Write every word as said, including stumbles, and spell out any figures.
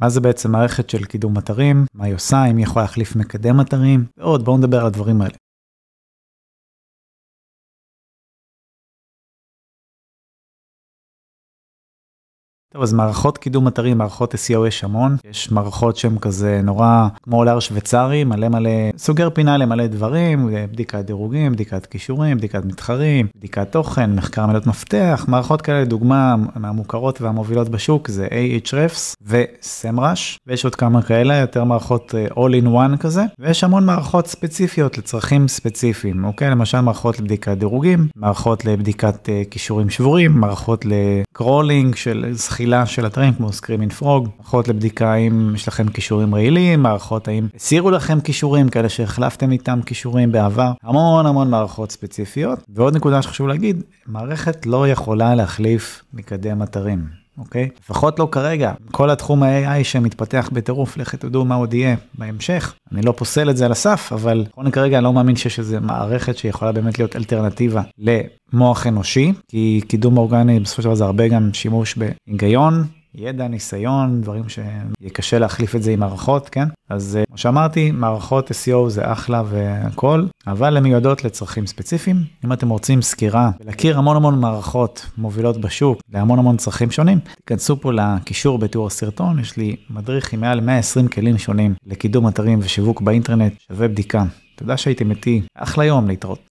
מה זה בעצם מערכת של קידום אתרים, מה היא עושה, אם היא יכולה להחליף מקדם אתרים, ועוד, בואו נדבר על הדברים האלה. טוב, אז מערכות קידום אתרים, מערכות אס אי או יש המון, יש מערכות שהן כזה נורא כמו לאר שוויצרי, מלא מלא, סוגר פינה למלא דברים, בדיקת דירוגים, בדיקת קישורים, בדיקת מתחרים, בדיקת תוכן, מחקר מילות מפתח, מערכות כאלה, דוגמה מהמוכרות והמובילות בשוק, זה Ahrefs ו-SEMrush, ויש עוד כמה כאלה, יותר מערכות all in one כזה, ויש המון מערכות ספציפיות לצרכים ספציפיים, אוקיי? למשל מערכות לבדיקת דירוגים, מערכות לבדיקת קישורים שבורים, מערכות לקרולינג של זחילה של אתרים כמו Screaming Frog, מערכות לבדיקה אם יש לכם קישורים רעילים, מערכות האם הסירו לכם קישורים כאלה שהחלפתם איתם קישורים בעבר, המון המון מערכות ספציפיות. ועוד נקודה שחשוב להגיד, מערכת לא יכולה להחליף מקדם אתרים, אוקיי? לפחות לא כרגע. כל התחום ה-איי איי שמתפתח בטירוף, לכת תדעו מה עוד יהיה בהמשך. אני לא פוסל את זה על הסף, אבל בכל כרגע אני לא מאמין שיש איזו מערכת שיכולה באמת להיות אלטרנטיבה למוח אנושי, כי קידום אורגני בסופו של דבר זה הרבה גם שימוש בהיגיון, ידע, ניסיון, דברים שקשה להחליף את זה עם מערכות, כן? אז כמו שאמרתי, מערכות אס אי או זה אחלה והכל, אבל הן מיועדות לצרכים ספציפיים. אם אתם רוצים סקירה ולהכיר המון המון מערכות מובילות בשוק, להמון המון צרכים שונים, תיכנסו פה לקישור בתיאור הסרטון, יש לי מדריך עם מעל מאה ועשרים כלים שונים לקידום אתרים ושיווק באינטרנט, שווה בדיקה. תודה שהייתם איתי, אחלה יום להתראות.